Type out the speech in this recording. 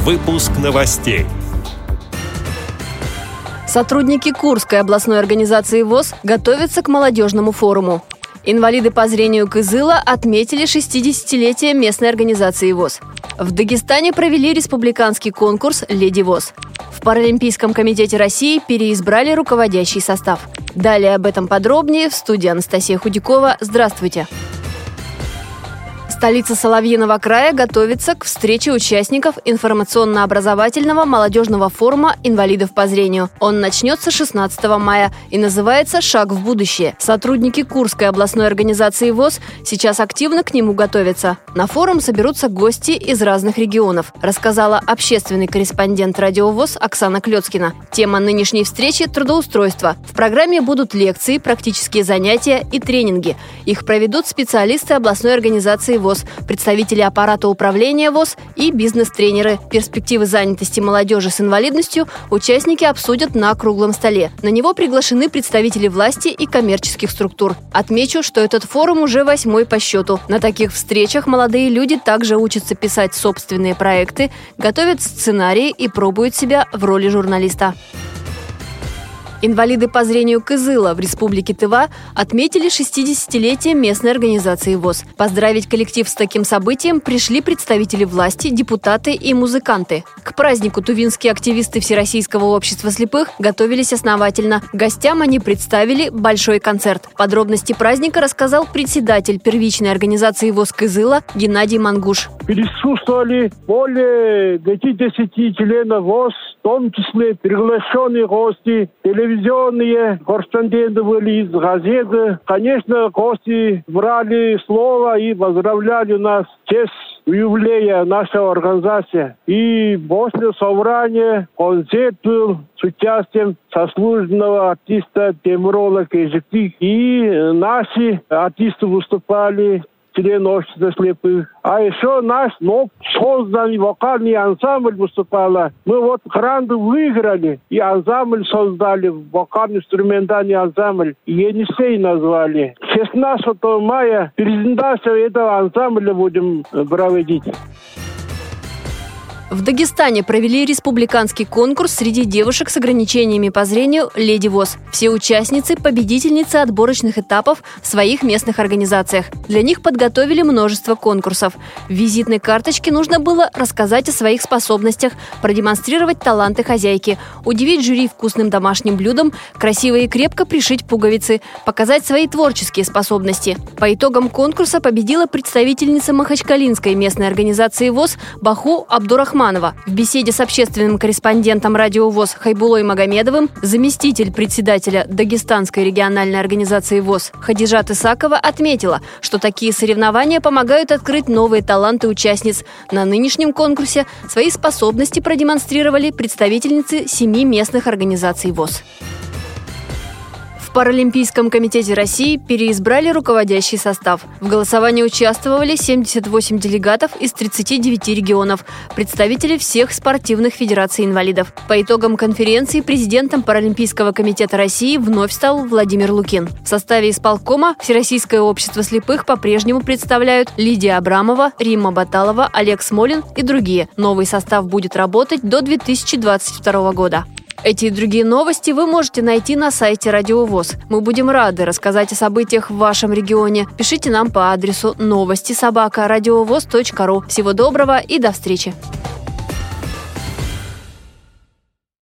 Выпуск новостей. Сотрудники Курской областной организации ВОС готовятся к молодежному форуму. Инвалиды по зрению Кызыла отметили 60-летие местной организации ВОС. В Дагестане провели республиканский конкурс «Леди ВОС». В Паралимпийском комитете России переизбрали руководящий состав. Далее об этом подробнее в студии Анастасия Худякова. Здравствуйте! Столица Соловьиного края готовится к встрече участников информационно-образовательного молодежного форума инвалидов по зрению. Он начнется 16 мая и называется «Шаг в будущее». Сотрудники Курской областной организации ВОС сейчас активно к нему готовятся. На форум соберутся гости из разных регионов, рассказала общественный корреспондент радио ВОС Оксана Клёцкина. Тема нынешней встречи – трудоустройство. В программе будут лекции, практические занятия и тренинги. Их проведут специалисты областной организации ВОС, представители аппарата управления ВОС и бизнес-тренеры. Перспективы занятости молодежи с инвалидностью участники обсудят на круглом столе. На него приглашены представители власти и коммерческих структур. Отмечу, что этот форум уже 8-й по счету. На таких встречах молодые люди также учатся писать собственные проекты, готовят сценарии и пробуют себя в роли журналиста. Инвалиды по зрению Кызыла в Республике Тыва отметили 60-летие местной организации ВОС. Поздравить коллектив с таким событием пришли представители власти, депутаты и музыканты. К празднику тувинские активисты Всероссийского общества слепых готовились основательно. Гостям они представили большой концерт. Подробности праздника рассказал председатель первичной организации ВОС Кызыла Геннадий Мангуш. Присутствовали более 50 членов ВОС, в том числе приглашенные гости, телевизионные корреспонденты были из газеты. Конечно, гости брали слово и поздравляли нас в честь юбилея нашей организации. И после собрания концерт был с участием заслуженного артиста Темурола Кежикли. И наши артисты выступали, члены общества слепых. А еще наш созданный вокальный ансамбль выступал. Мы гранты выиграли, и ансамбль создали, вокально-инструментальный ансамбль. Енисей назвали. 16 мая презентацию этого ансамбля будем проводить. В Дагестане провели республиканский конкурс среди девушек с ограничениями по зрению «Леди ВОС». Все участницы – победительницы отборочных этапов в своих местных организациях. Для них подготовили множество конкурсов. В визитной карточке нужно было рассказать о своих способностях, продемонстрировать таланты хозяйки, удивить жюри вкусным домашним блюдом, красиво и крепко пришить пуговицы, показать свои творческие способности. По итогам конкурса победила представительница Махачкалинской местной организации ВОС Баху Абдурахманова. В беседе с общественным корреспондентом радио ВОС Хайбулой Магомедовым заместитель председателя Дагестанской региональной организации ВОС Хадижат Исакова отметила, что такие соревнования помогают открыть новые таланты участниц. На нынешнем конкурсе свои способности продемонстрировали представительницы 7 местных организаций ВОС. В Паралимпийском комитете России переизбрали руководящий состав. В голосовании участвовали 78 делегатов из 39 регионов, представители всех спортивных федераций инвалидов. По итогам конференции президентом Паралимпийского комитета России вновь стал Владимир Лукин. В составе исполкома Всероссийское общество слепых по-прежнему представляют Лидия Абрамова, Римма Баталова, Олег Смолин и другие. Новый состав будет работать до 2022 года. Эти и другие новости вы можете найти на сайте Радио ВОС. Мы будем рады рассказать о событиях в вашем регионе. Пишите нам по адресу новости@радиовос.ру. Всего доброго и до встречи!